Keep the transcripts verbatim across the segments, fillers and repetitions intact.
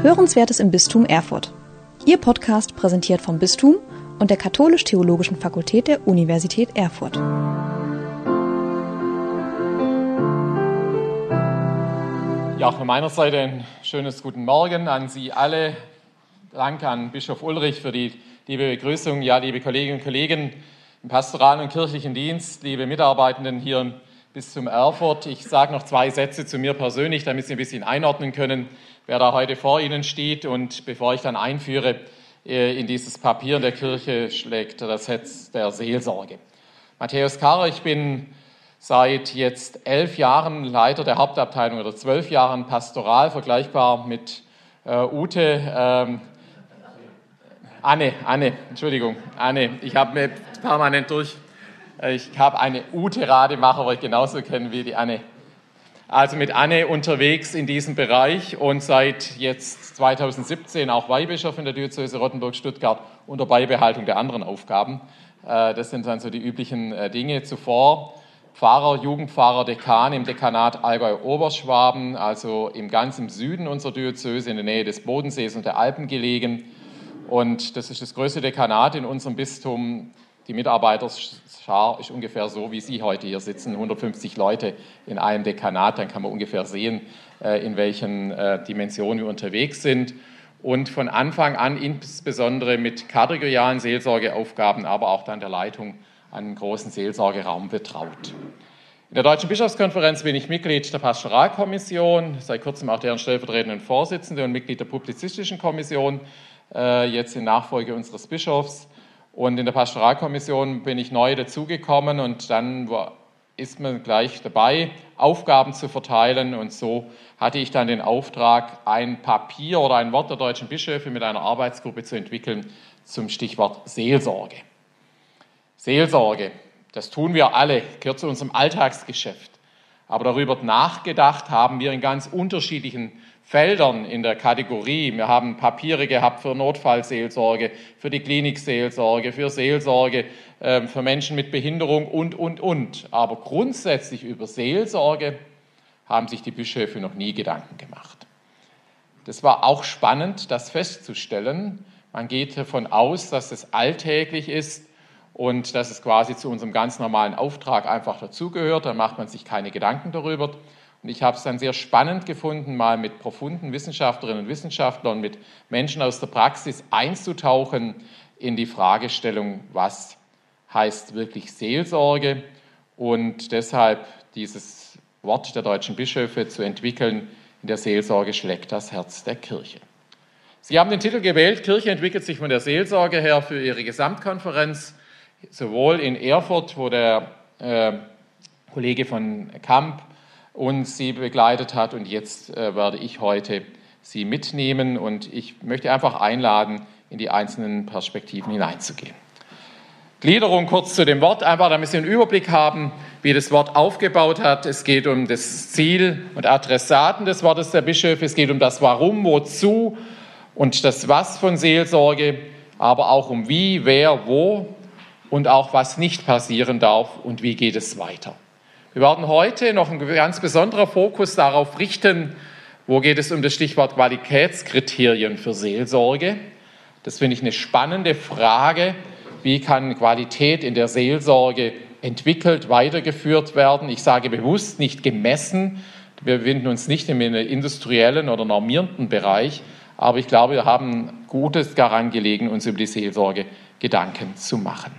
Hörenswertes im Bistum Erfurt. Ihr Podcast präsentiert vom Bistum und der Katholisch-Theologischen Fakultät der Universität Erfurt. Ja, auch von meiner Seite ein schönes guten Morgen an Sie alle. Danke an Bischof Ulrich für die liebe Begrüßung. Ja, liebe Kolleginnen und Kollegen im pastoralen und kirchlichen Dienst, liebe Mitarbeitenden hier im Bistum Erfurt. Ich sage noch zwei Sätze zu mir persönlich, damit Sie ein bisschen einordnen können, wer da heute vor Ihnen steht. Und bevor ich dann einführe in dieses Papier in der Kirche, schlägt das Herz der Seelsorge. Matthäus Karrer, ich bin seit jetzt elf Jahren Leiter der Hauptabteilung oder zwölf Jahren Pastoral, vergleichbar mit äh, Ute. Ähm, Anne, Anne, Entschuldigung, Anne, ich habe mir permanent durch, ich habe eine Ute Rademacher, wo ich genauso kenne wie die Anne. Also mit Anne unterwegs in diesem Bereich und seit jetzt zweitausendsiebzehn auch Weihbischof in der Diözese Rottenburg-Stuttgart unter Beibehaltung der anderen Aufgaben. Das sind dann so die üblichen Dinge. Zuvor Pfarrer, Jugendpfarrer, Dekan im Dekanat Allgäu-Oberschwaben, also im ganzen Süden unserer Diözese, in der Nähe des Bodensees und der Alpen gelegen. Und das ist das größte Dekanat in unserem Bistum. Die Mitarbeiterschar ist ungefähr so, wie Sie heute hier sitzen, hundertfünfzig Leute in einem Dekanat. Dann kann man ungefähr sehen, in welchen Dimensionen wir unterwegs sind. Und von Anfang an insbesondere mit kategorialen Seelsorgeaufgaben, aber auch dann der Leitung an einen großen Seelsorgeraum betraut. In der Deutschen Bischofskonferenz bin ich Mitglied der Pastoralkommission, seit kurzem auch deren stellvertretenden Vorsitzende und Mitglied der Publizistischen Kommission, jetzt in Nachfolge unseres Bischofs. Und in der Pastoralkommission bin ich neu dazugekommen und dann ist man gleich dabei, Aufgaben zu verteilen. Und so hatte ich dann den Auftrag, ein Papier oder ein Wort der deutschen Bischöfe mit einer Arbeitsgruppe zu entwickeln zum Stichwort Seelsorge. Seelsorge, das tun wir alle, gehört zu unserem Alltagsgeschäft. Aber darüber nachgedacht haben wir in ganz unterschiedlichen Feldern in der Kategorie. Wir haben Papiere gehabt für Notfallseelsorge, für die Klinikseelsorge, für Seelsorge, äh, für Menschen mit Behinderung und, und, und. Aber grundsätzlich über Seelsorge haben sich die Bischöfe noch nie Gedanken gemacht. Das war auch spannend, das festzustellen. Man geht davon aus, dass es alltäglich ist und dass es quasi zu unserem ganz normalen Auftrag einfach dazugehört. Da macht man sich keine Gedanken darüber. Und ich habe es dann sehr spannend gefunden, mal mit profunden Wissenschaftlerinnen und Wissenschaftlern, mit Menschen aus der Praxis einzutauchen in die Fragestellung, was heißt wirklich Seelsorge, und deshalb dieses Wort der deutschen Bischöfe zu entwickeln: In der Seelsorge schlägt das Herz der Kirche. Sie haben den Titel gewählt, Kirche entwickelt sich von der Seelsorge her, für Ihre Gesamtkonferenz, sowohl in Erfurt, wo der äh, Kollege von Kamp uns Sie begleitet hat, und jetzt äh, werde ich heute Sie mitnehmen, und ich möchte einfach einladen, in die einzelnen Perspektiven hineinzugehen. Gliederung kurz zu dem Wort, einfach damit Sie einen Überblick haben, wie das Wort aufgebaut hat. Es geht um das Ziel und Adressaten des Wortes der Bischöfe, es geht um das Warum, Wozu und das Was von Seelsorge, aber auch um wie, wer, wo und auch was nicht passieren darf und wie geht es weiter. Wir werden heute noch einen ganz besonderen Fokus darauf richten, wo geht es um das Stichwort Qualitätskriterien für Seelsorge. Das finde ich eine spannende Frage. Wie kann Qualität in der Seelsorge entwickelt, weitergeführt werden? Ich sage bewusst nicht gemessen. Wir befinden uns nicht im industriellen oder normierenden Bereich, aber ich glaube, wir haben Gutes daran gelegen, uns über die Seelsorge Gedanken zu machen.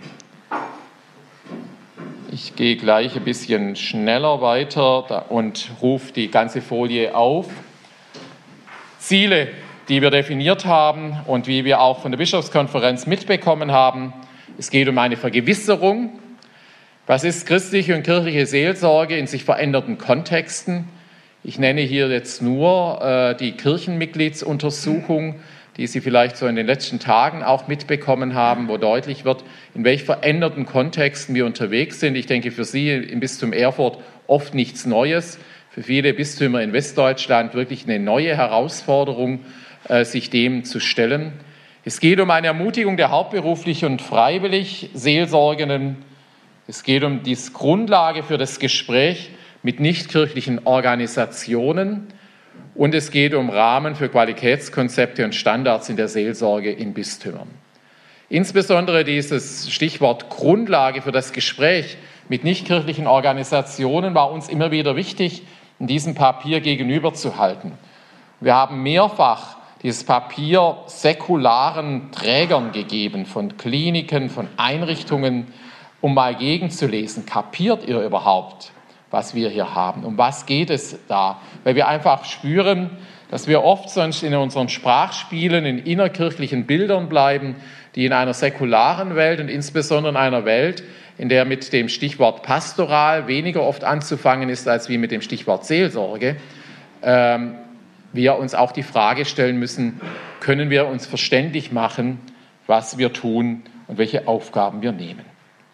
Ich gehe gleich ein bisschen schneller weiter und rufe die ganze Folie auf. Ziele, die wir definiert haben und wie wir auch von der Bischofskonferenz mitbekommen haben. Es geht um eine Vergewisserung. Was ist christliche und kirchliche Seelsorge in sich veränderten Kontexten? Ich nenne hier jetzt nur äh, die Kirchenmitgliedsuntersuchung, die Sie vielleicht so in den letzten Tagen auch mitbekommen haben, wo deutlich wird, in welch veränderten Kontexten wir unterwegs sind. Ich denke, für Sie im Bistum Erfurt oft nichts Neues, für viele Bistümer in Westdeutschland wirklich eine neue Herausforderung, äh, sich dem zu stellen. Es geht um eine Ermutigung der hauptberuflich und freiwillig Seelsorgenden. Es geht um die Grundlage für das Gespräch mit nichtkirchlichen Organisationen Und es geht um Rahmen für Qualitätskonzepte und Standards in der Seelsorge in Bistümern. Insbesondere dieses Stichwort Grundlage für das Gespräch mit nichtkirchlichen Organisationen war uns immer wieder wichtig, in diesem Papier gegenüberzuhalten. Wir haben mehrfach dieses Papier säkularen Trägern gegeben, von Kliniken, von Einrichtungen, um mal gegenzulesen. Kapiert ihr überhaupt, was wir hier haben? Um was geht es da? Weil wir einfach spüren, dass wir oft sonst in unseren Sprachspielen, in innerkirchlichen Bildern bleiben, die in einer säkularen Welt und insbesondere in einer Welt, in der mit dem Stichwort Pastoral weniger oft anzufangen ist, als wie mit dem Stichwort Seelsorge, ähm, wir uns auch die Frage stellen müssen, können wir uns verständlich machen, was wir tun und welche Aufgaben wir nehmen.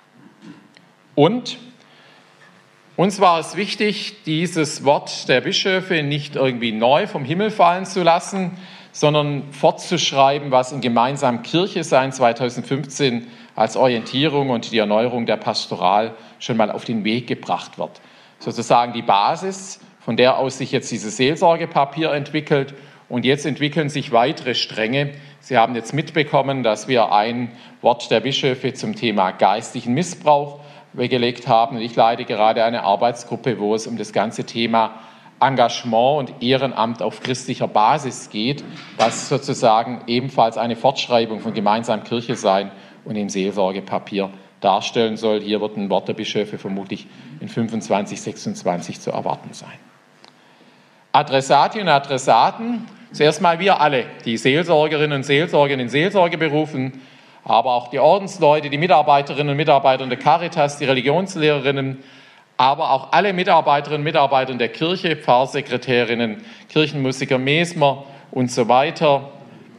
Und uns war es wichtig, dieses Wort der Bischöfe nicht irgendwie neu vom Himmel fallen zu lassen, sondern fortzuschreiben, was in Gemeinsam Kirche sein zweitausendfünfzehn als Orientierung und die Erneuerung der Pastoral schon mal auf den Weg gebracht wird. Sozusagen die Basis, von der aus sich jetzt dieses Seelsorgepapier entwickelt, und jetzt entwickeln sich weitere Stränge. Sie haben jetzt mitbekommen, dass wir ein Wort der Bischöfe zum Thema geistlichen Missbrauch gelegt haben. Ich leite gerade eine Arbeitsgruppe, wo es um das ganze Thema Engagement und Ehrenamt auf christlicher Basis geht, was sozusagen ebenfalls eine Fortschreibung von Gemeinsam Kirche sein und im Seelsorgepapier darstellen soll. Hier wird ein Wort der Bischöfe vermutlich in fünfundzwanzig, sechsundzwanzig zu erwarten sein. Adressati und Adressaten, zuerst mal wir alle, die Seelsorgerinnen und Seelsorger in den Seelsorgeberufen, aber auch die Ordensleute, die Mitarbeiterinnen und Mitarbeiter der Caritas, die Religionslehrerinnen, aber auch alle Mitarbeiterinnen und Mitarbeiter der Kirche, Pfarrsekretärinnen, Kirchenmusiker, Mesmer und so weiter,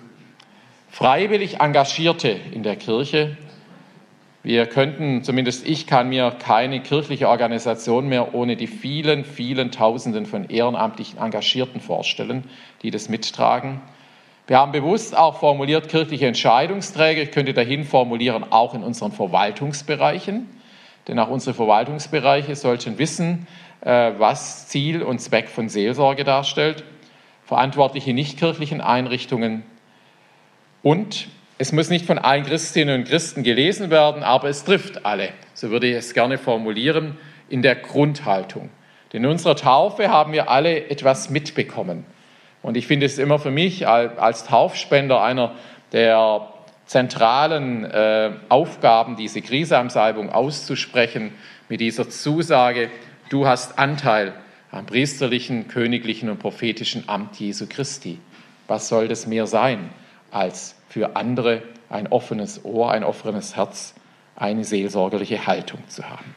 freiwillig Engagierte in der Kirche. Wir könnten, zumindest ich kann mir keine kirchliche Organisation mehr ohne die vielen, vielen Tausenden von ehrenamtlichen Engagierten vorstellen, die das mittragen. Wir haben bewusst auch formuliert kirchliche Entscheidungsträger. Ich könnte dahin formulieren, auch in unseren Verwaltungsbereichen. Denn auch unsere Verwaltungsbereiche sollten wissen, was Ziel und Zweck von Seelsorge darstellt. Verantwortliche nichtkirchlichen Einrichtungen. Und es muss nicht von allen Christinnen und Christen gelesen werden, aber es trifft alle, so würde ich es gerne formulieren, in der Grundhaltung. Denn in unserer Taufe haben wir alle etwas mitbekommen. Und ich finde es immer für mich als Taufspender einer der zentralen äh, Aufgaben, diese Grisamsalbung auszusprechen, mit dieser Zusage, du hast Anteil am priesterlichen, königlichen und prophetischen Amt Jesu Christi. Was soll das mehr sein, als für andere ein offenes Ohr, ein offenes Herz, eine seelsorgerliche Haltung zu haben?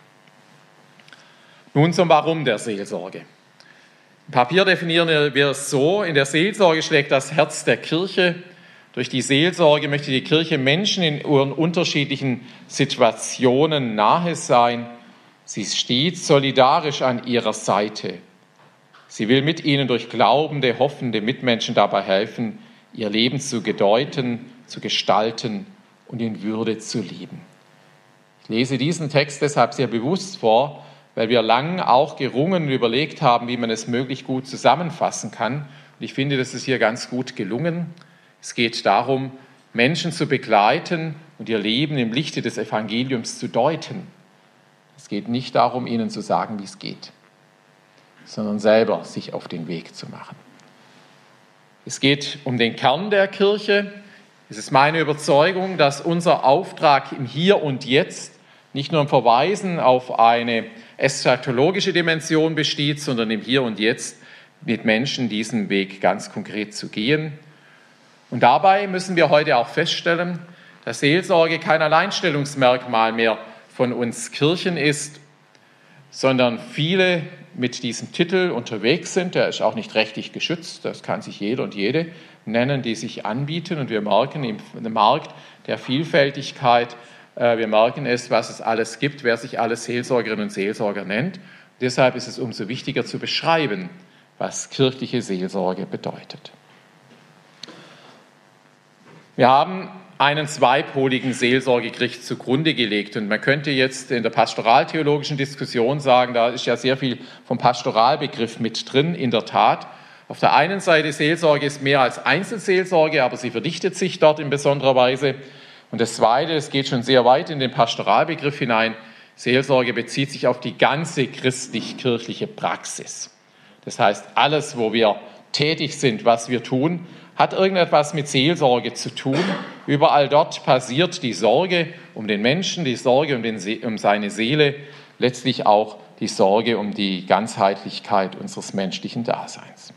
Nun zum Warum der Seelsorge. Im Papier definieren wir es so: In der Seelsorge schlägt das Herz der Kirche. Durch die Seelsorge möchte die Kirche Menschen in ihren unterschiedlichen Situationen nahe sein. Sie steht solidarisch an ihrer Seite. Sie will mit ihnen durch glaubende, hoffende Mitmenschen dabei helfen, ihr Leben zu gedeuten, zu gestalten und in Würde zu leben. Ich lese diesen Text deshalb sehr bewusst vor, weil wir lang auch gerungen und überlegt haben, wie man es möglichst gut zusammenfassen kann. Und ich finde, das ist hier ganz gut gelungen. Es geht darum, Menschen zu begleiten und ihr Leben im Lichte des Evangeliums zu deuten. Es geht nicht darum, ihnen zu sagen, wie es geht, sondern selber sich auf den Weg zu machen. Es geht um den Kern der Kirche. Es ist meine Überzeugung, dass unser Auftrag im Hier und Jetzt nicht nur im Verweisen auf eine eschatologische Dimension besteht, sondern im Hier und Jetzt mit Menschen diesen Weg ganz konkret zu gehen. Und dabei müssen wir heute auch feststellen, dass Seelsorge kein Alleinstellungsmerkmal mehr von uns Kirchen ist, sondern viele mit diesem Titel unterwegs sind. Der ist auch nicht rechtlich geschützt, das kann sich jeder und jede nennen, die sich anbieten. Und wir merken im Markt der Vielfältigkeit, wir merken es, was es alles gibt, wer sich alles Seelsorgerinnen und Seelsorger nennt. Und deshalb ist es umso wichtiger zu beschreiben, was kirchliche Seelsorge bedeutet. Wir haben einen zweipoligen Seelsorgegericht zugrunde gelegt. Und man könnte jetzt in der pastoraltheologischen Diskussion sagen, da ist ja sehr viel vom Pastoralbegriff mit drin, in der Tat. Auf der einen Seite, Seelsorge ist mehr als Einzelseelsorge, aber sie verdichtet sich dort in besonderer Weise. Und das Zweite, es geht schon sehr weit in den Pastoralbegriff hinein, Seelsorge bezieht sich auf die ganze christlich-kirchliche Praxis. Das heißt, alles, wo wir tätig sind, was wir tun, hat irgendetwas mit Seelsorge zu tun. Überall dort passiert die Sorge um den Menschen, die Sorge um, den Se- um seine Seele, letztlich auch die Sorge um die Ganzheitlichkeit unseres menschlichen Daseins.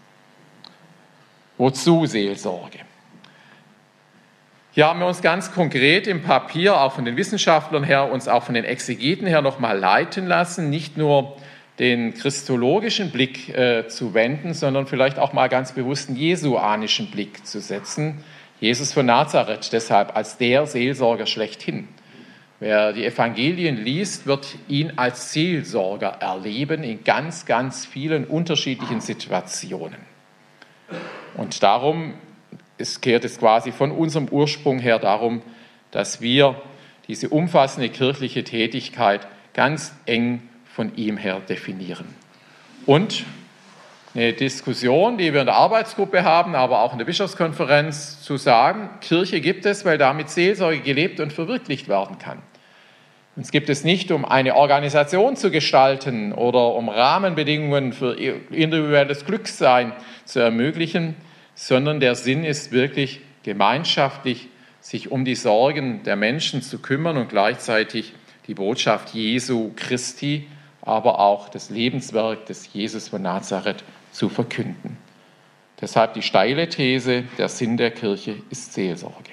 Wozu Seelsorge? Hier haben wir uns ganz konkret im Papier, auch von den Wissenschaftlern her, uns auch von den Exegeten her nochmal leiten lassen, nicht nur den christologischen Blick äh, zu wenden, sondern vielleicht auch mal ganz bewusst einen jesuanischen Blick zu setzen. Jesus von Nazareth deshalb als der Seelsorger schlechthin. Wer die Evangelien liest, wird ihn als Seelsorger erleben in ganz, ganz vielen unterschiedlichen Situationen. Und darum es kehrt es quasi von unserem Ursprung her darum, dass wir diese umfassende kirchliche Tätigkeit ganz eng von ihm her definieren. Und eine Diskussion, die wir in der Arbeitsgruppe haben, aber auch in der Bischofskonferenz, zu sagen, Kirche gibt es, weil damit Seelsorge gelebt und verwirklicht werden kann. Uns gibt es nicht, um eine Organisation zu gestalten oder um Rahmenbedingungen für individuelles Glücksein zu ermöglichen, sondern der Sinn ist wirklich gemeinschaftlich, sich um die Sorgen der Menschen zu kümmern und gleichzeitig die Botschaft Jesu Christi, aber auch das Lebenswerk des Jesus von Nazareth zu verkünden. Deshalb die steile These, der Sinn der Kirche ist Seelsorge.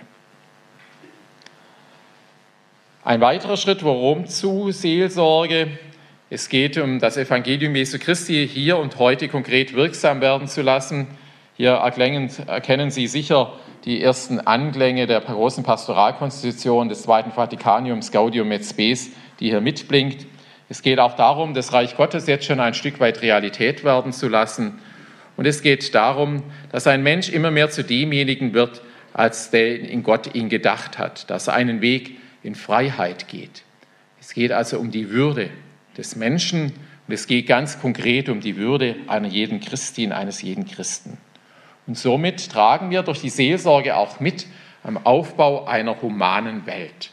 Ein weiterer Schritt, warum zu Seelsorge? Es geht um das Evangelium Jesu Christi hier und heute konkret wirksam werden zu lassen. Hier erkennen Sie sicher die ersten Anklänge der großen Pastoralkonstitution des Zweiten Vatikaniums Gaudium et Spes, die hier mitblinkt. Es geht auch darum, das Reich Gottes jetzt schon ein Stück weit Realität werden zu lassen. Und es geht darum, dass ein Mensch immer mehr zu demjenigen wird, als der in Gott ihn gedacht hat, dass er einen Weg in Freiheit geht. Es geht also um die Würde des Menschen und es geht ganz konkret um die Würde einer jeden Christin, eines jeden Christen. Und somit tragen wir durch die Seelsorge auch mit am Aufbau einer humanen Welt.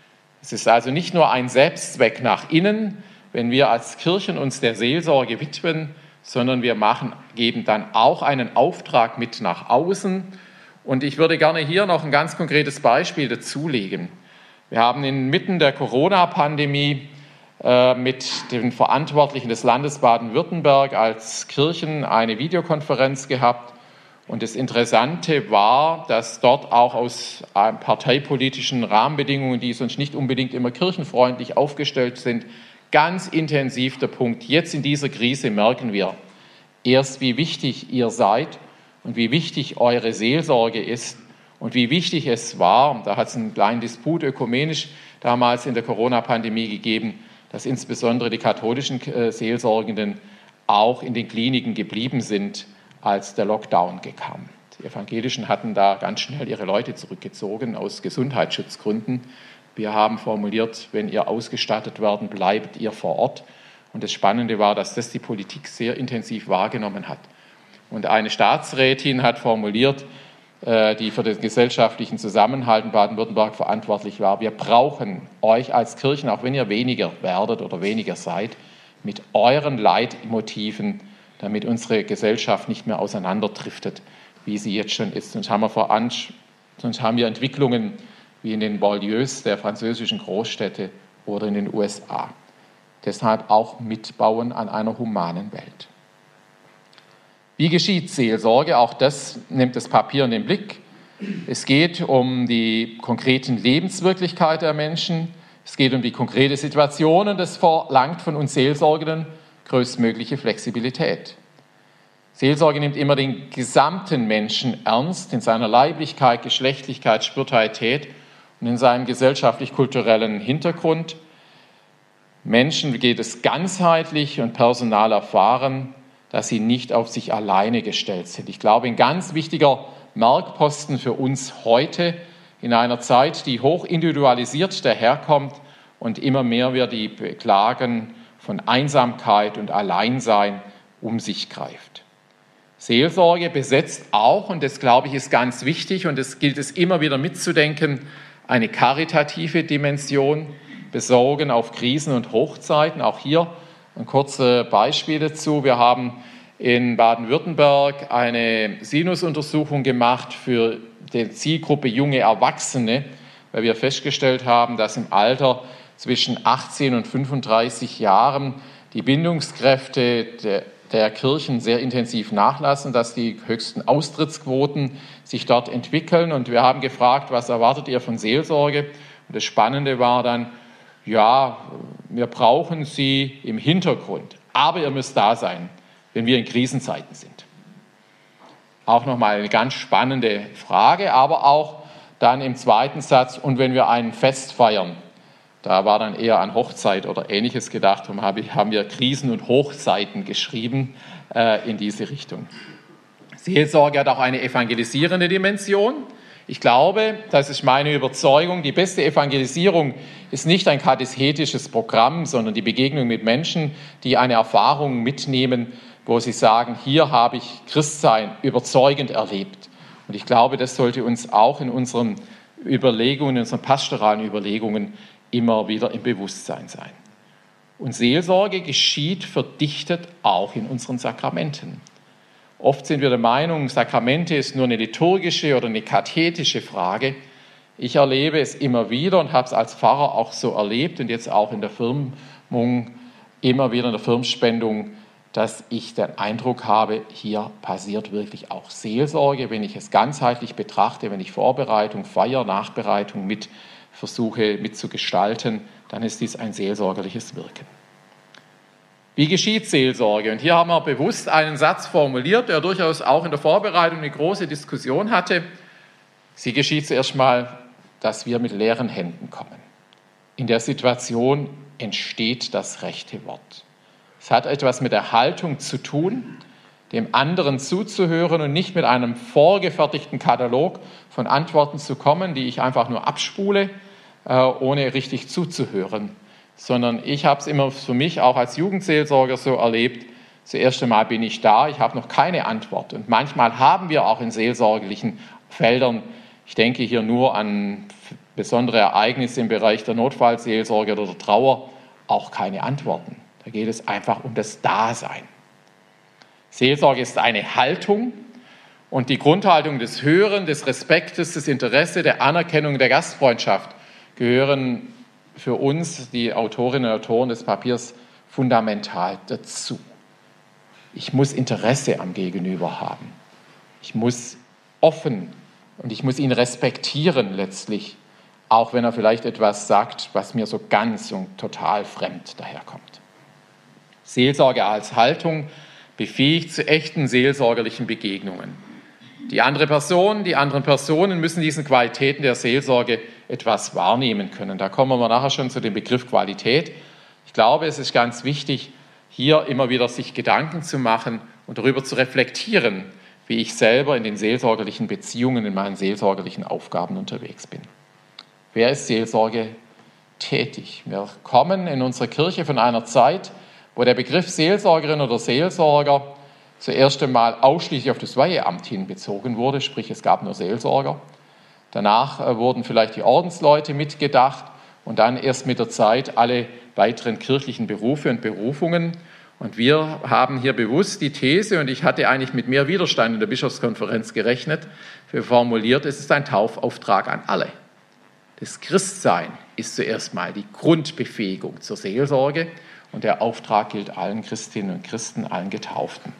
Es ist also nicht nur ein Selbstzweck nach innen, wenn wir als Kirchen uns der Seelsorge widmen, sondern wir machen, geben dann auch einen Auftrag mit nach außen. Und ich würde gerne hier noch ein ganz konkretes Beispiel dazulegen. Wir haben inmitten der Corona-Pandemie äh, mit den Verantwortlichen des Landes Baden-Württemberg als Kirchen eine Videokonferenz gehabt. Und das Interessante war, dass dort auch aus parteipolitischen Rahmenbedingungen, die sonst nicht unbedingt immer kirchenfreundlich aufgestellt sind, ganz intensiv der Punkt, jetzt in dieser Krise merken wir erst, wie wichtig ihr seid und wie wichtig eure Seelsorge ist und wie wichtig es war, da hat es einen kleinen Disput ökumenisch damals in der Corona-Pandemie gegeben, dass insbesondere die katholischen Seelsorgenden auch in den Kliniken geblieben sind, als der Lockdown kam. Die Evangelischen hatten da ganz schnell ihre Leute zurückgezogen aus Gesundheitsschutzgründen. Wir haben formuliert, wenn ihr ausgestattet werden, bleibt ihr vor Ort. Und das Spannende war, dass das die Politik sehr intensiv wahrgenommen hat. Und eine Staatsrätin hat formuliert, die für den gesellschaftlichen Zusammenhalt in Baden-Württemberg verantwortlich war, wir brauchen euch als Kirchen, auch wenn ihr weniger werdet oder weniger seid, mit euren Leitmotiven, damit unsere Gesellschaft nicht mehr auseinanderdriftet, wie sie jetzt schon ist. Sonst haben wir, voran, sonst haben wir Entwicklungen wie in den Banlieues der französischen Großstädte oder in den U S A. Deshalb auch mitbauen an einer humanen Welt. Wie geschieht Seelsorge? Auch das nimmt das Papier in den Blick. Es geht um die konkreten Lebenswirklichkeit der Menschen. Es geht um die konkrete Situation und es verlangt von uns Seelsorgenden größtmögliche Flexibilität. Seelsorge nimmt immer den gesamten Menschen ernst, in seiner Leiblichkeit, Geschlechtlichkeit, Spiritualität und in seinem gesellschaftlich-kulturellen Hintergrund. Menschen geht es ganzheitlich und personal erfahren, dass sie nicht auf sich alleine gestellt sind. Ich glaube, ein ganz wichtiger Merkposten für uns heute in einer Zeit, die hoch individualisiert daherkommt und immer mehr wir die beklagen, von Einsamkeit und Alleinsein um sich greift. Seelsorge besetzt auch, und das glaube ich ist ganz wichtig und das gilt es immer wieder mitzudenken, eine karitative Dimension, Besorgen auf Krisen und Hochzeiten. Auch hier ein kurzes Beispiel dazu. Wir haben in Baden-Württemberg eine Sinusuntersuchung gemacht für die Zielgruppe junge Erwachsene, weil wir festgestellt haben, dass im Alter zwischen achtzehn und fünfunddreißig Jahren die Bindungskräfte der, der Kirchen sehr intensiv nachlassen, dass die höchsten Austrittsquoten sich dort entwickeln. Und wir haben gefragt, was erwartet ihr von Seelsorge? Und das Spannende war dann, ja, wir brauchen sie im Hintergrund, aber ihr müsst da sein, wenn wir in Krisenzeiten sind. Auch nochmal eine ganz spannende Frage, aber auch dann im zweiten Satz, und wenn wir ein Fest feiern, da war dann eher an Hochzeit oder Ähnliches gedacht, darum haben wir Krisen- und Hochzeiten geschrieben äh, in diese Richtung. Seelsorge hat auch eine evangelisierende Dimension. Ich glaube, das ist meine Überzeugung, die beste Evangelisierung ist nicht ein katechetisches Programm, sondern die Begegnung mit Menschen, die eine Erfahrung mitnehmen, wo sie sagen, hier habe ich Christsein überzeugend erlebt. Und ich glaube, das sollte uns auch in unseren Überlegungen, in unseren pastoralen Überlegungen immer wieder im Bewusstsein sein. Und Seelsorge geschieht verdichtet auch in unseren Sakramenten. Oft sind wir der Meinung, Sakramente ist nur eine liturgische oder eine kathetische Frage. Ich erlebe es immer wieder und habe es als Pfarrer auch so erlebt und jetzt auch in der Firmung, immer wieder in der Firmspendung, dass ich den Eindruck habe, hier passiert wirklich auch Seelsorge, wenn ich es ganzheitlich betrachte, wenn ich Vorbereitung, Feier, Nachbereitung mit versuche mitzugestalten, dann ist dies ein seelsorgerliches Wirken. Wie geschieht Seelsorge? Und hier haben wir bewusst einen Satz formuliert, der durchaus auch in der Vorbereitung eine große Diskussion hatte. Sie geschieht zuerst mal, dass wir mit leeren Händen kommen. In der Situation entsteht das rechte Wort. Es hat etwas mit der Haltung zu tun, dem anderen zuzuhören und nicht mit einem vorgefertigten Katalog von Antworten zu kommen, die ich einfach nur abspule, ohne richtig zuzuhören. Sondern ich habe es immer für mich auch als Jugendseelsorger so erlebt, zuerst einmal bin ich da, ich habe noch keine Antwort. Und manchmal haben wir auch in seelsorgerlichen Feldern, ich denke hier nur an besondere Ereignisse im Bereich der Notfallseelsorge oder der Trauer, auch keine Antworten. Da geht es einfach um das Dasein. Seelsorge ist eine Haltung und die Grundhaltung des Hören, des Respektes, des Interesses, der Anerkennung, der Gastfreundschaft gehören für uns, die Autorinnen und Autoren des Papiers, fundamental dazu. Ich muss Interesse am Gegenüber haben. Ich muss offen und ich muss ihn respektieren letztlich, auch wenn er vielleicht etwas sagt, was mir so ganz und total fremd daherkommt. Seelsorge als Haltung befähigt zu echten seelsorgerlichen Begegnungen. Die andere Person, die anderen Personen müssen diesen Qualitäten der Seelsorge etwas wahrnehmen können. Da kommen wir nachher schon zu dem Begriff Qualität. Ich glaube, es ist ganz wichtig, hier immer wieder sich Gedanken zu machen und darüber zu reflektieren, wie ich selber in den seelsorgerlichen Beziehungen, in meinen seelsorgerlichen Aufgaben unterwegs bin. Wer ist Seelsorge tätig? Wir kommen in unserer Kirche von einer Zeit, wo der Begriff Seelsorgerin oder Seelsorger zuerst einmal ausschließlich auf das Weiheamt hin bezogen wurde, sprich es gab nur Seelsorger. Danach wurden vielleicht die Ordensleute mitgedacht und dann erst mit der Zeit alle weiteren kirchlichen Berufe und Berufungen. Und wir haben hier bewusst die These, und ich hatte eigentlich mit mehr Widerstand in der Bischofskonferenz gerechnet, wir formuliert, es ist ein Taufauftrag an alle. Das Christsein ist zuerst mal die Grundbefähigung zur Seelsorge und der Auftrag gilt allen Christinnen und Christen, allen Getauften.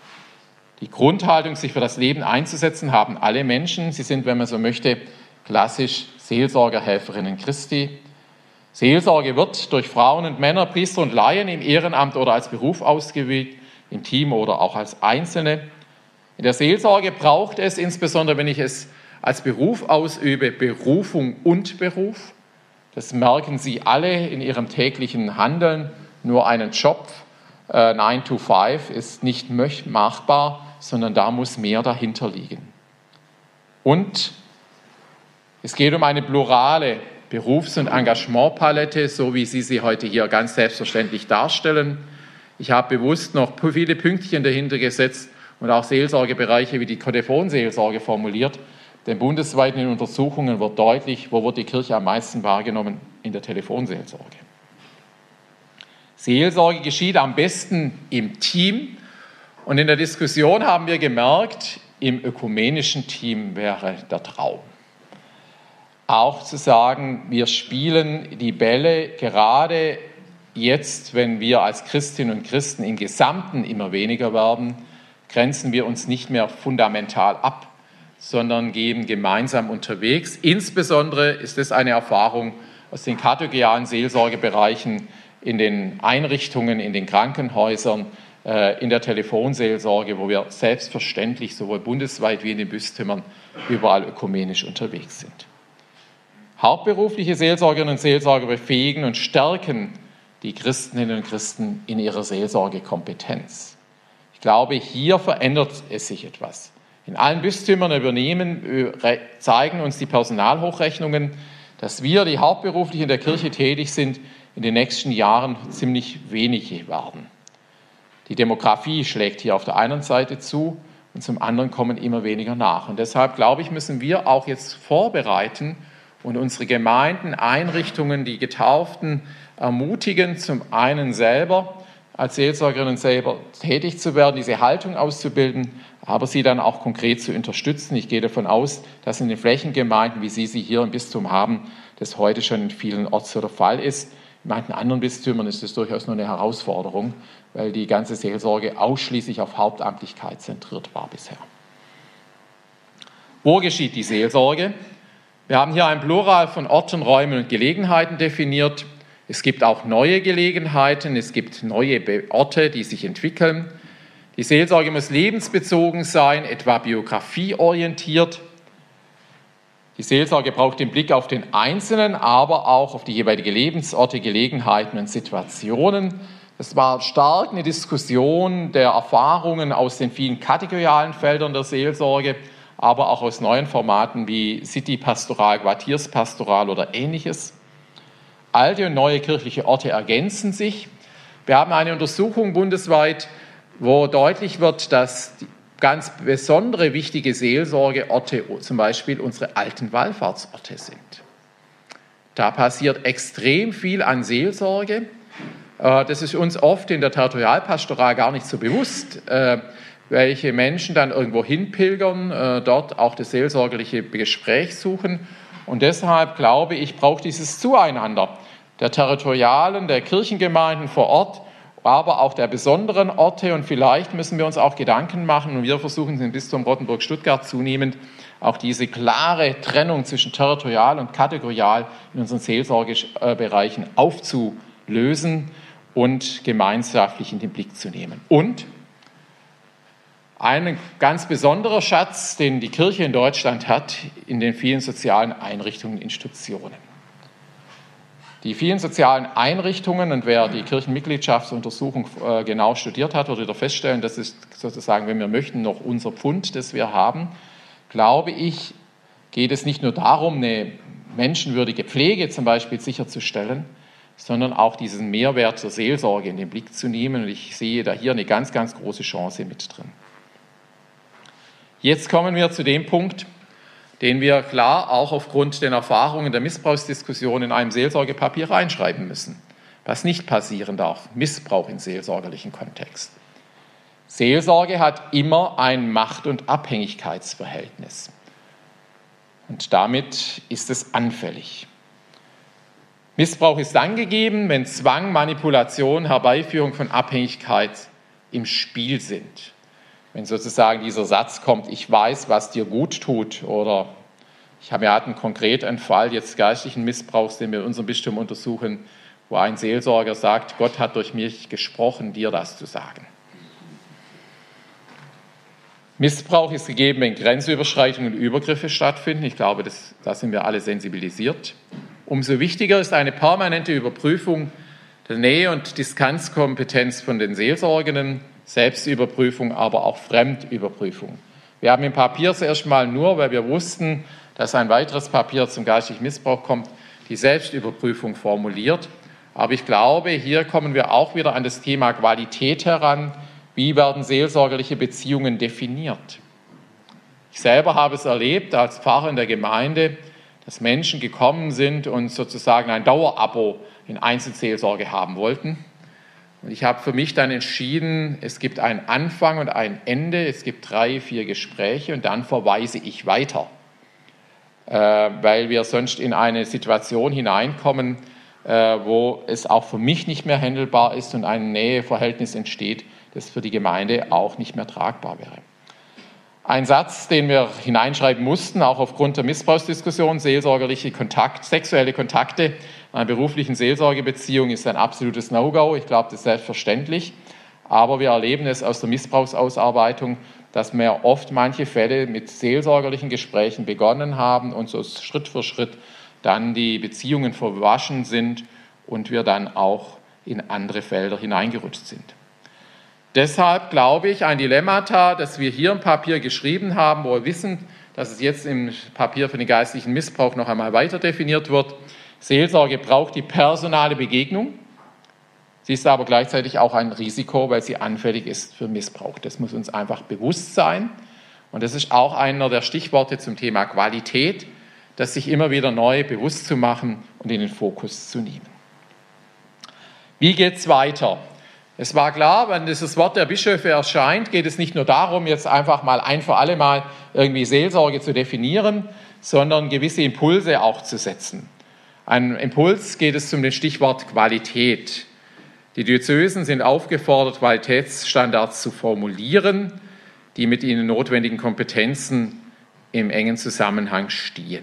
Die Grundhaltung, sich für das Leben einzusetzen, haben alle Menschen. Sie sind, wenn man so möchte, klassisch Seelsorgerhelferinnen Christi. Seelsorge wird durch Frauen und Männer, Priester und Laien im Ehrenamt oder als Beruf ausgeübt, im Team oder auch als Einzelne. In der Seelsorge braucht es, insbesondere wenn ich es als Beruf ausübe, Berufung und Beruf. Das merken Sie alle in Ihrem täglichen Handeln. Nur einen Job, äh, nine to five, ist nicht machbar, sondern da muss mehr dahinter liegen. Und es geht um eine plurale Berufs- und Engagementpalette, so wie Sie sie heute hier ganz selbstverständlich darstellen. Ich habe bewusst noch viele Pünktchen dahinter gesetzt, und auch Seelsorgebereiche wie die Telefonseelsorge formuliert. Denn bundesweit in den Untersuchungen wird deutlich, wo wird die Kirche am meisten wahrgenommen? In der Telefonseelsorge. Seelsorge geschieht am besten im Team. Und in der Diskussion haben wir gemerkt, im ökumenischen Team wäre der Traum. Auch zu sagen, wir spielen die Bälle gerade jetzt, wenn wir als Christinnen und Christen im Gesamten immer weniger werden, grenzen wir uns nicht mehr fundamental ab, sondern gehen gemeinsam unterwegs. Insbesondere ist es eine Erfahrung aus den kategorealen Seelsorgebereichen in den Einrichtungen, in den Krankenhäusern, in der Telefonseelsorge, wo wir selbstverständlich sowohl bundesweit wie in den Bistümern überall ökumenisch unterwegs sind. Hauptberufliche Seelsorgerinnen und Seelsorger befähigen und stärken die Christinnen und Christen in ihrer Seelsorgekompetenz. Ich glaube, hier verändert es sich etwas. In allen Bistümern übernehmen, zeigen uns die Personalhochrechnungen, dass wir, die hauptberuflich in der Kirche tätig sind, in den nächsten Jahren ziemlich wenige werden. Die Demografie schlägt hier auf der einen Seite zu und zum anderen kommen immer weniger nach. Und deshalb, glaube ich, müssen wir auch jetzt vorbereiten und unsere Gemeinden, Einrichtungen, die Getauften ermutigen, zum einen selber als Seelsorgerinnen und selber tätig zu werden, diese Haltung auszubilden, aber sie dann auch konkret zu unterstützen. Ich gehe davon aus, dass in den Flächengemeinden, wie Sie sie hier im Bistum haben, das heute schon in vielen Orten so der Fall ist. In manchen anderen Bistümern ist das durchaus nur eine Herausforderung, weil die ganze Seelsorge ausschließlich auf Hauptamtlichkeit zentriert war bisher. Wo geschieht die Seelsorge? Wir haben hier ein Plural von Orten, Räumen und Gelegenheiten definiert. Es gibt auch neue Gelegenheiten, es gibt neue Orte, die sich entwickeln. Die Seelsorge muss lebensbezogen sein, etwa biografieorientiert. Die Seelsorge braucht den Blick auf den Einzelnen, aber auch auf die jeweiligen Lebensorte, Gelegenheiten und Situationen. Es war stark eine Diskussion der Erfahrungen aus den vielen kategorialen Feldern der Seelsorge, aber auch aus neuen Formaten wie City-Pastoral, Quartierspastoral oder Ähnliches. Alte und neue kirchliche Orte ergänzen sich. Wir haben eine Untersuchung bundesweit, wo deutlich wird, dass die ganz besondere wichtige Seelsorgeorte zum Beispiel unsere alten Wallfahrtsorte sind. Da passiert extrem viel an Seelsorge. Das ist uns oft in der Territorialpastoral gar nicht so bewusst, welche Menschen dann irgendwo hinpilgern, dort auch das seelsorgerliche Gespräch suchen. Und deshalb glaube ich, braucht dieses Zueinander der territorialen, der Kirchengemeinden vor Ort, aber auch der besonderen Orte. Und vielleicht müssen wir uns auch Gedanken machen, und wir versuchen im Bistum Rottenburg-Stuttgart zunehmend auch diese klare Trennung zwischen territorial und kategorial in unseren Seelsorgebereichen aufzulösen und gemeinschaftlich in den Blick zu nehmen. Und ein ganz besonderer Schatz, den die Kirche in Deutschland hat, in den vielen sozialen Einrichtungen und Institutionen. Die vielen sozialen Einrichtungen, und wer die Kirchenmitgliedschaftsuntersuchung äh, genau studiert hat, wird wieder feststellen, das ist sozusagen, wenn wir möchten, noch unser Pfund, das wir haben. Glaube ich, geht es nicht nur darum, eine menschenwürdige Pflege zum Beispiel sicherzustellen, sondern auch diesen Mehrwert zur Seelsorge in den Blick zu nehmen. Und ich sehe da hier eine ganz, ganz große Chance mit drin. Jetzt kommen wir zu dem Punkt, den wir klar auch aufgrund der Erfahrungen der Missbrauchsdiskussion in einem Seelsorgepapier reinschreiben müssen, was nicht passieren darf, Missbrauch im seelsorgerlichen Kontext. Seelsorge hat immer ein Macht- und Abhängigkeitsverhältnis. Und damit ist es anfällig. Missbrauch ist dann gegeben, wenn Zwang, Manipulation, Herbeiführung von Abhängigkeit im Spiel sind. Wenn sozusagen dieser Satz kommt, ich weiß, was dir gut tut, oder ich habe, wir hatten konkret einen Fall jetzt geistlichen Missbrauchs, den wir in unserem Bistum untersuchen, wo ein Seelsorger sagt, Gott hat durch mich gesprochen, dir das zu sagen. Missbrauch ist gegeben, wenn Grenzüberschreitungen und Übergriffe stattfinden. Ich glaube, das, da sind wir alle sensibilisiert. Umso wichtiger ist eine permanente Überprüfung der Nähe- und Distanzkompetenz von den Seelsorgenden, Selbstüberprüfung, aber auch Fremdüberprüfung. Wir haben im Papier zuerst mal nur, weil wir wussten, dass ein weiteres Papier zum geistlichen Missbrauch kommt, die Selbstüberprüfung formuliert. Aber ich glaube, hier kommen wir auch wieder an das Thema Qualität heran. wie werden seelsorgerliche Beziehungen definiert. Ich selber habe es erlebt als Pfarrer in der Gemeinde, dass Menschen gekommen sind und sozusagen ein Dauerabo in Einzelseelsorge haben wollten. Und ich habe für mich dann entschieden, es gibt einen Anfang und ein Ende, es gibt drei, vier Gespräche und dann verweise ich weiter, äh, weil wir sonst in eine Situation hineinkommen, äh, wo es auch für mich nicht mehr handelbar ist und ein Näheverhältnis entsteht, das für die Gemeinde auch nicht mehr tragbar wäre. Ein Satz, den wir hineinschreiben mussten, auch aufgrund der Missbrauchsdiskussion, seelsorgerliche Kontakt, sexuelle Kontakte in einer beruflichen Seelsorgebeziehung ist ein absolutes No-Go. Ich glaube, das ist selbstverständlich. Aber wir erleben es aus der Missbrauchsausarbeitung, dass wir oft manche Fälle mit seelsorgerlichen Gesprächen begonnen haben und so Schritt für Schritt dann die Beziehungen verwaschen sind und wir dann auch in andere Felder hineingerutscht sind. Deshalb glaube ich, ein Dilemmata, das wir hier im Papier geschrieben haben, wo wir wissen, dass es jetzt im Papier für den geistlichen Missbrauch noch einmal weiter definiert wird. Seelsorge braucht die personale Begegnung. Sie ist aber gleichzeitig auch ein Risiko, weil sie anfällig ist für Missbrauch. Das muss uns einfach bewusst sein. Und das ist auch einer der Stichworte zum Thema Qualität, das sich immer wieder neu bewusst zu machen und in den Fokus zu nehmen. Wie geht es weiter? Es war klar, wenn dieses Wort der Bischöfe erscheint, geht es nicht nur darum, jetzt einfach mal ein für alle Mal irgendwie Seelsorge zu definieren, sondern gewisse Impulse auch zu setzen. Ein Impuls geht es zum Stichwort Qualität. Die Diözesen sind aufgefordert, Qualitätsstandards zu formulieren, die mit ihnen notwendigen Kompetenzen im engen Zusammenhang stehen.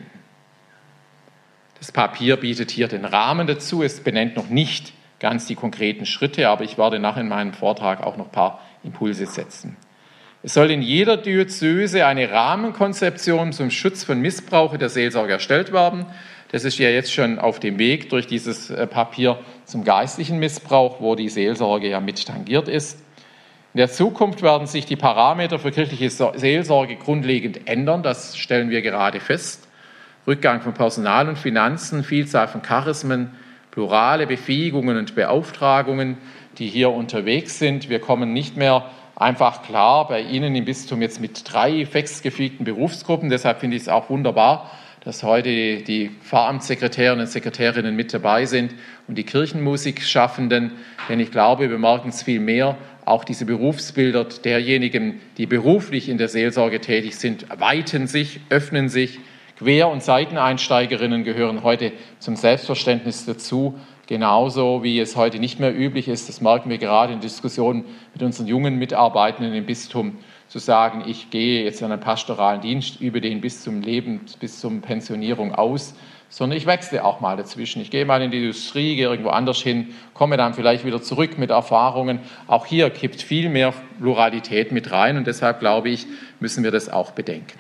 Das Papier bietet hier den Rahmen dazu, es benennt noch nicht ganz die konkreten Schritte, aber ich werde nachher in meinem Vortrag auch noch ein paar Impulse setzen. Es soll in jeder Diözese eine Rahmenkonzeption zum Schutz von Missbrauch in der Seelsorge erstellt werden. Das ist ja jetzt schon auf dem Weg durch dieses Papier zum geistlichen Missbrauch, wo die Seelsorge ja mit tangiert ist. In der Zukunft werden sich die Parameter für kirchliche Seelsorge grundlegend ändern, das stellen wir gerade fest. Rückgang von Personal und Finanzen, Vielzahl von Charismen, plurale Befähigungen und Beauftragungen, die hier unterwegs sind. Wir kommen nicht mehr einfach klar bei Ihnen im Bistum jetzt mit drei festgefügten Berufsgruppen. Deshalb finde ich es auch wunderbar, dass heute die Pfarramtssekretärinnen und Sekretärinnen mit dabei sind und die Kirchenmusikschaffenden. Denn ich glaube, wir merken es viel mehr, auch diese Berufsbilder derjenigen, die beruflich in der Seelsorge tätig sind, weiten sich, öffnen sich. Quer- und Seiteneinsteigerinnen gehören heute zum Selbstverständnis dazu, genauso wie es heute nicht mehr üblich ist, das merken wir gerade in Diskussionen mit unseren jungen Mitarbeitenden im Bistum, zu sagen, ich gehe jetzt an einen pastoralen Dienst, übe den bis zum Leben, bis zur Pensionierung aus, sondern ich wechsle auch mal dazwischen. Ich gehe mal in die Industrie, gehe irgendwo anders hin, komme dann vielleicht wieder zurück mit Erfahrungen. Auch hier kippt viel mehr Pluralität mit rein und deshalb glaube ich, müssen wir das auch bedenken.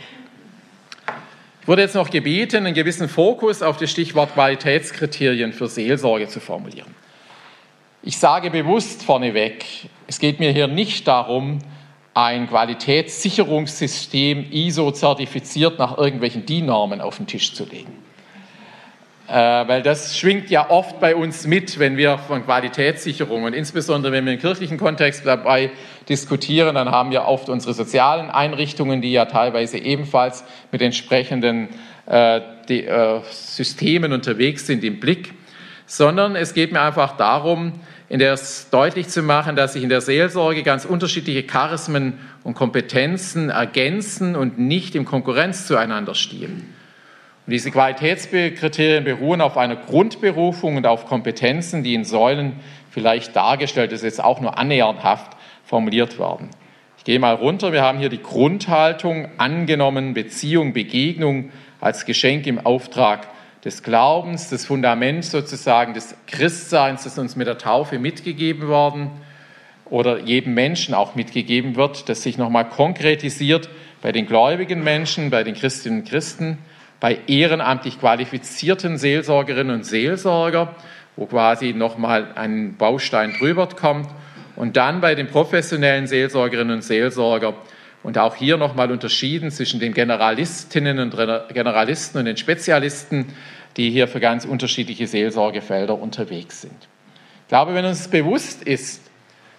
Ich wurde jetzt noch gebeten, einen gewissen Fokus auf das Stichwort Qualitätskriterien für Seelsorge zu formulieren. Ich sage bewusst vorneweg, es geht mir hier nicht darum, ein Qualitätssicherungssystem I S O-zertifiziert nach irgendwelchen D I N-Normen auf den Tisch zu legen. Äh, weil das schwingt ja oft bei uns mit, wenn wir von Qualitätssicherung und insbesondere wenn wir im kirchlichen Kontext dabei diskutieren, dann haben wir oft unsere sozialen Einrichtungen, die ja teilweise ebenfalls mit entsprechenden äh, die, äh, Systemen unterwegs sind, im Blick, sondern es geht mir einfach darum, in der es deutlich zu machen, dass sich in der Seelsorge ganz unterschiedliche Charismen und Kompetenzen ergänzen und nicht in Konkurrenz zueinander stehen. Und diese Qualitätskriterien beruhen auf einer Grundberufung und auf Kompetenzen, die in Säulen vielleicht dargestellt, das ist jetzt auch nur annäherndhaft formuliert werden. Ich gehe mal runter, wir haben hier die Grundhaltung, angenommen, Beziehung, Begegnung als Geschenk im Auftrag des Glaubens, das Fundament sozusagen des Christseins, das uns mit der Taufe mitgegeben worden oder jedem Menschen auch mitgegeben wird, das sich nochmal konkretisiert bei den gläubigen Menschen, bei den Christinnen und Christen, bei ehrenamtlich qualifizierten Seelsorgerinnen und Seelsorger, wo quasi nochmal ein Baustein drüber kommt, und dann bei den professionellen Seelsorgerinnen und Seelsorger. Und auch hier nochmal unterschieden zwischen den Generalistinnen und Generalisten und den Spezialisten, die hier für ganz unterschiedliche Seelsorgefelder unterwegs sind. Ich glaube, wenn uns bewusst ist,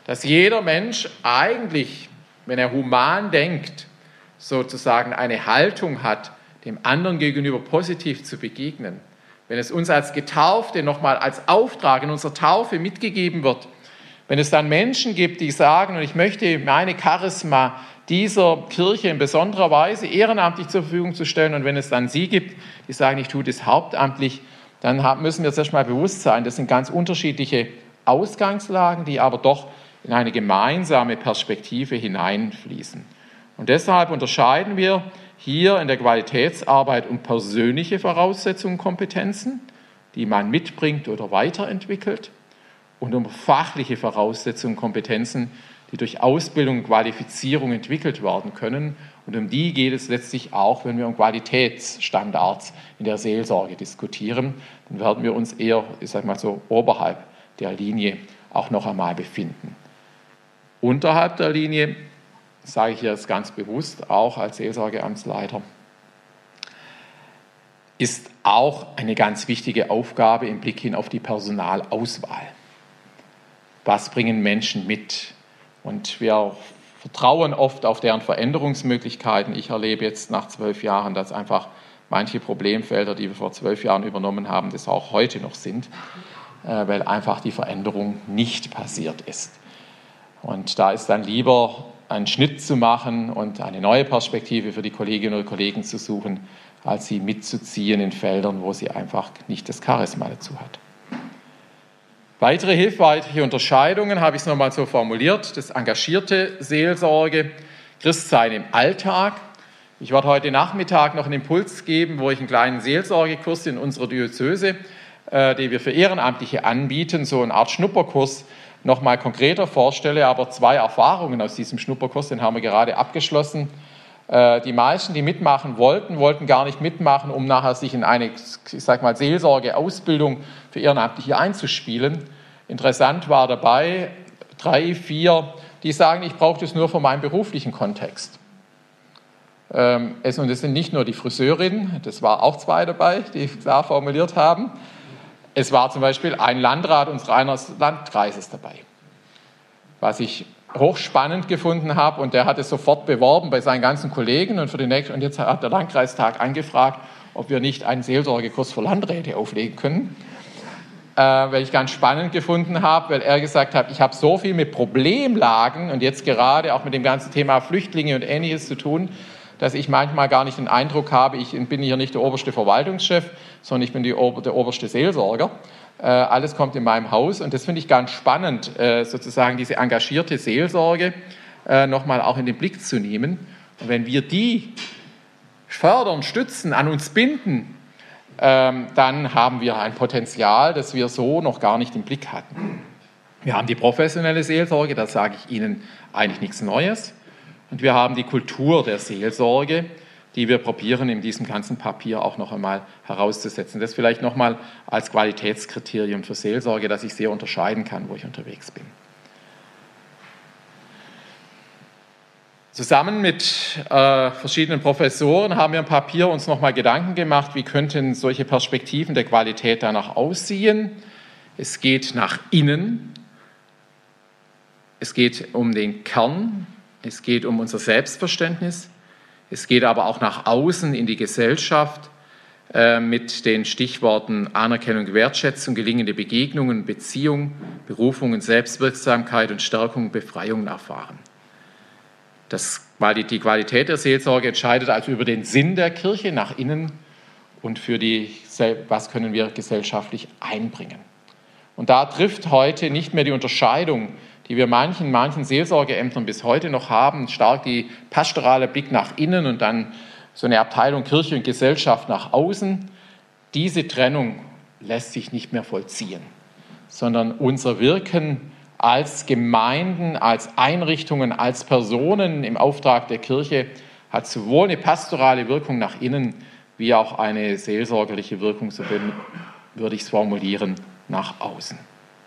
dass jeder Mensch eigentlich, wenn er human denkt, sozusagen eine Haltung hat, dem anderen gegenüber positiv zu begegnen. Wenn es uns als Getaufte nochmal als Auftrag in unserer Taufe mitgegeben wird, wenn es dann Menschen gibt, die sagen, und ich möchte meine Charisma dieser Kirche in besonderer Weise ehrenamtlich zur Verfügung zu stellen, und wenn es dann sie gibt, die sagen, ich tue das hauptamtlich, dann müssen wir uns erstmal bewusst sein, das sind ganz unterschiedliche Ausgangslagen, die aber doch in eine gemeinsame Perspektive hineinfließen. Und deshalb unterscheiden wir hier in der Qualitätsarbeit um persönliche Voraussetzungen, Kompetenzen, die man mitbringt oder weiterentwickelt, und um fachliche Voraussetzungen, Kompetenzen, die durch Ausbildung und Qualifizierung entwickelt werden können. Und um die geht es letztlich auch, wenn wir um Qualitätsstandards in der Seelsorge diskutieren. Dann werden wir uns eher, ich sage mal so, oberhalb der Linie auch noch einmal befinden. Unterhalb der Linie, sage ich jetzt ganz bewusst, auch als Seelsorgeamtsleiter, ist auch eine ganz wichtige Aufgabe im Blick hin auf die Personalauswahl. Was bringen Menschen mit? Und wir vertrauen oft auf deren Veränderungsmöglichkeiten. Ich erlebe jetzt nach zwölf Jahren, dass einfach manche Problemfelder, die wir vor zwölf Jahren übernommen haben, das auch heute noch sind, weil einfach die Veränderung nicht passiert ist. Und da ist dann lieber einen Schnitt zu machen und eine neue Perspektive für die Kolleginnen und Kollegen zu suchen, als sie mitzuziehen in Feldern, wo sie einfach nicht das Charisma dazu hat. Weitere hilfreiche Unterscheidungen habe ich es nochmal so formuliert. Das engagierte Seelsorge, Christsein im Alltag. Ich werde heute Nachmittag noch einen Impuls geben, wo ich einen kleinen Seelsorgekurs in unserer Diözese, äh, den wir für Ehrenamtliche anbieten, so eine Art Schnupperkurs, nochmal konkreter vorstelle. Aber zwei Erfahrungen aus diesem Schnupperkurs, den haben wir gerade abgeschlossen. Äh, die meisten, die mitmachen wollten, wollten gar nicht mitmachen, um nachher sich in eine, ich sag mal, Seelsorge-Ausbildung für Ehrenamtliche einzuspielen. Interessant war dabei, drei, vier, die sagen, ich brauche das nur für meinen beruflichen Kontext. Ähm, es, und es sind nicht nur die Friseurinnen, das war auch zwei dabei, die klar formuliert haben. Es war zum Beispiel ein Landrat unseres Landkreises dabei, was ich hochspannend gefunden habe, und der hat es sofort beworben bei seinen ganzen Kollegen, und für den nächsten, und jetzt hat der Landkreistag angefragt, ob wir nicht einen Seelsorgekurs für Landräte auflegen können, äh, weil ich ganz spannend gefunden habe, weil er gesagt hat, ich habe so viel mit Problemlagen und jetzt gerade auch mit dem ganzen Thema Flüchtlinge und Ähnliches zu tun, dass ich manchmal gar nicht den Eindruck habe, ich bin hier nicht der oberste Verwaltungschef, sondern ich bin die, der oberste Seelsorger. Äh, alles kommt in meinem Haus, und das finde ich ganz spannend, äh, sozusagen diese engagierte Seelsorge äh, nochmal auch in den Blick zu nehmen. Und wenn wir die fördern, stützen, an uns binden, ähm, dann haben wir ein Potenzial, das wir so noch gar nicht im Blick hatten. Wir haben die professionelle Seelsorge, da sage ich Ihnen eigentlich nichts Neues. Und wir haben die Kultur der Seelsorge, die wir probieren, in diesem ganzen Papier auch noch einmal herauszusetzen. Das vielleicht noch mal als Qualitätskriterium für Seelsorge, dass ich sehr unterscheiden kann, wo ich unterwegs bin. Zusammen mit äh, verschiedenen Professoren haben wir im Papier uns noch mal Gedanken gemacht, wie könnten solche Perspektiven der Qualität danach aussehen. Es geht nach innen, es geht um den Kern, es geht um unser Selbstverständnis, es geht aber auch nach außen in die Gesellschaft äh, mit den Stichworten Anerkennung, Wertschätzung, gelingende Begegnungen, Beziehung, Berufungen, Selbstwirksamkeit und Stärkung, Befreiung erfahren. Das, die Qualität der Seelsorge entscheidet also über den Sinn der Kirche nach innen und für die, was können wir gesellschaftlich einbringen. Und da trifft heute nicht mehr die Unterscheidung, die wir manchen, manchen Seelsorgeämtern bis heute noch haben, stark die pastorale Blick nach innen und dann so eine Abteilung Kirche und Gesellschaft nach außen. Diese Trennung lässt sich nicht mehr vollziehen, sondern unser Wirken als Gemeinden, als Einrichtungen, als Personen im Auftrag der Kirche hat sowohl eine pastorale Wirkung nach innen wie auch eine seelsorgerliche Wirkung, so würde ich es formulieren, nach außen.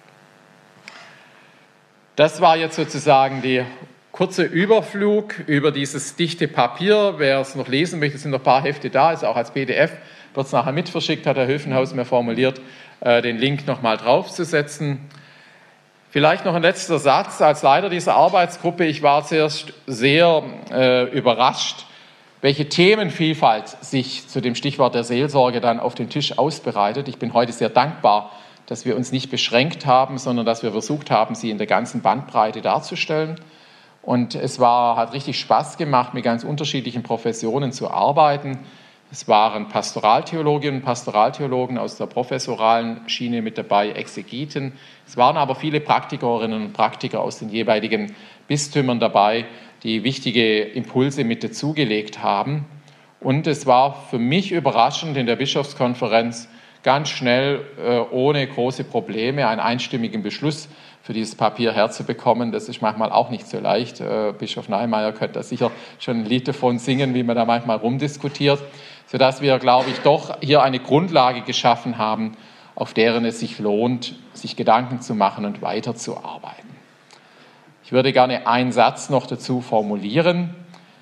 Das war jetzt sozusagen der kurze Überflug über dieses dichte Papier. Wer es noch lesen möchte, sind noch ein paar Hefte da, ist auch als P D F, wird es nachher mitverschickt, hat Herr Höfenhaus mir formuliert, den Link nochmal draufzusetzen. Vielleicht noch ein letzter Satz. Als Leiter dieser Arbeitsgruppe, ich war zuerst sehr äh, überrascht, welche Themenvielfalt sich zu dem Stichwort der Seelsorge dann auf den Tisch ausbreitet. Ich bin heute sehr dankbar, dass wir uns nicht beschränkt haben, sondern dass wir versucht haben, sie in der ganzen Bandbreite darzustellen. Und es war, hat richtig Spaß gemacht, mit ganz unterschiedlichen Professionen zu arbeiten. Es waren Pastoraltheologinnen und Pastoraltheologen aus der professoralen Schiene mit dabei, Exegeten. Es waren aber viele Praktikerinnen und Praktiker aus den jeweiligen Bistümern dabei, die wichtige Impulse mit dazugelegt haben. Und es war für mich überraschend, in der Bischofskonferenz ganz schnell, äh, ohne große Probleme, einen einstimmigen Beschluss für dieses Papier herzubekommen. Das ist manchmal auch nicht so leicht. Äh, Bischof Neimeyer könnte da sicher schon ein Lied davon singen, wie man da manchmal rumdiskutiert, sodass wir, glaube ich, doch hier eine Grundlage geschaffen haben, auf deren es sich lohnt, sich Gedanken zu machen und weiterzuarbeiten. Ich würde gerne einen Satz noch dazu formulieren.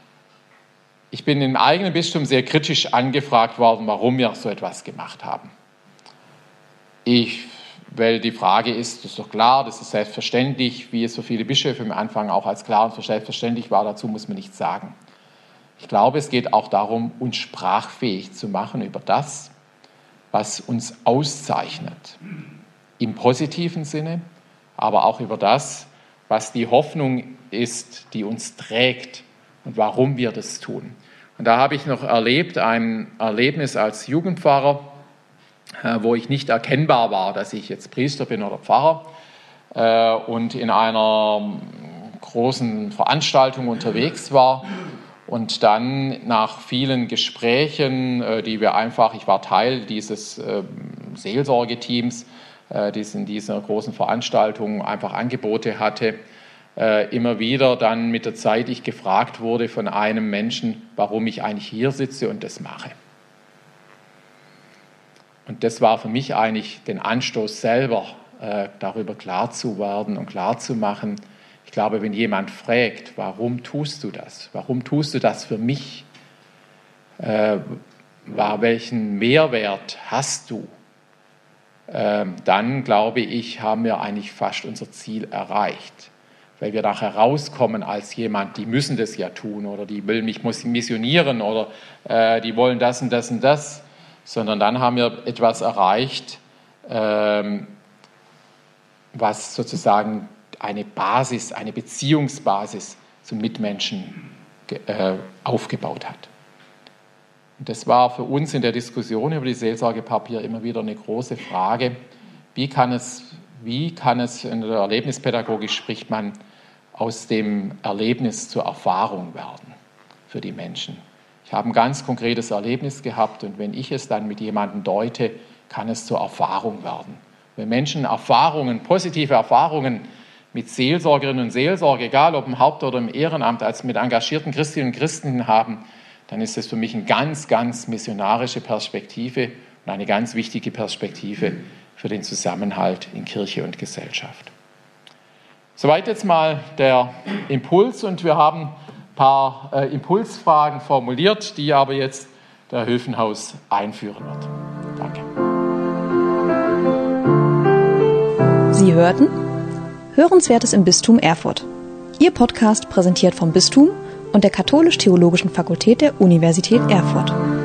Ich bin im eigenen Bistum sehr kritisch angefragt worden, warum wir so etwas gemacht haben. Ich, weil die Frage ist, das ist doch klar, das ist selbstverständlich, wie es für viele Bischöfe am Anfang auch als klar und selbstverständlich war, dazu muss man nichts sagen. Ich glaube, es geht auch darum, uns sprachfähig zu machen über das, was uns auszeichnet. Im positiven Sinne, aber auch über das, was die Hoffnung ist, die uns trägt und warum wir das tun. Und da habe ich noch erlebt, ein Erlebnis als Jugendpfarrer, wo ich nicht erkennbar war, dass ich jetzt Priester bin oder Pfarrer, und in einer großen Veranstaltung unterwegs war und dann nach vielen Gesprächen, die wir einfach, ich war Teil dieses Seelsorgeteams, das in dieser großen Veranstaltung einfach Angebote hatte, immer wieder dann mit der Zeit ich gefragt wurde von einem Menschen, warum ich eigentlich hier sitze und das mache. Und das war für mich eigentlich den Anstoß selber, äh, darüber klar zu werden und klar zu machen. Ich glaube, wenn jemand fragt, warum tust du das? Warum tust du das für mich? Äh, welchen Mehrwert hast du? Äh, dann, glaube ich, haben wir eigentlich fast unser Ziel erreicht. Weil wir nachher rauskommen als jemand, die müssen das ja tun oder die will mich missionieren oder äh, die wollen das und das und das. Sondern dann haben wir etwas erreicht, ähm, was sozusagen eine Basis, eine Beziehungsbasis zum Mitmenschen äh, aufgebaut hat. Und das war für uns in der Diskussion über die Seelsorgepapier immer wieder eine große Frage, wie kann es, wie kann es, in der Erlebnispädagogik spricht man, aus dem Erlebnis zur Erfahrung werden für die Menschen. Ich habe ein ganz konkretes Erlebnis gehabt und wenn ich es dann mit jemandem deute, kann es zur Erfahrung werden. Wenn Menschen Erfahrungen, positive Erfahrungen mit Seelsorgerinnen und Seelsorge, egal ob im Haupt- oder im Ehrenamt, als mit engagierten Christinnen und Christen haben, dann ist das für mich eine ganz, ganz missionarische Perspektive und eine ganz wichtige Perspektive für den Zusammenhalt in Kirche und Gesellschaft. Soweit jetzt mal der Impuls und wir haben ein paar äh, Impulsfragen formuliert, die aber jetzt der Höfenhaus einführen wird. Danke. Sie hörten Hörenswertes im Bistum Erfurt. Ihr Podcast präsentiert vom Bistum und der Katholisch-Theologischen Fakultät der Universität Erfurt.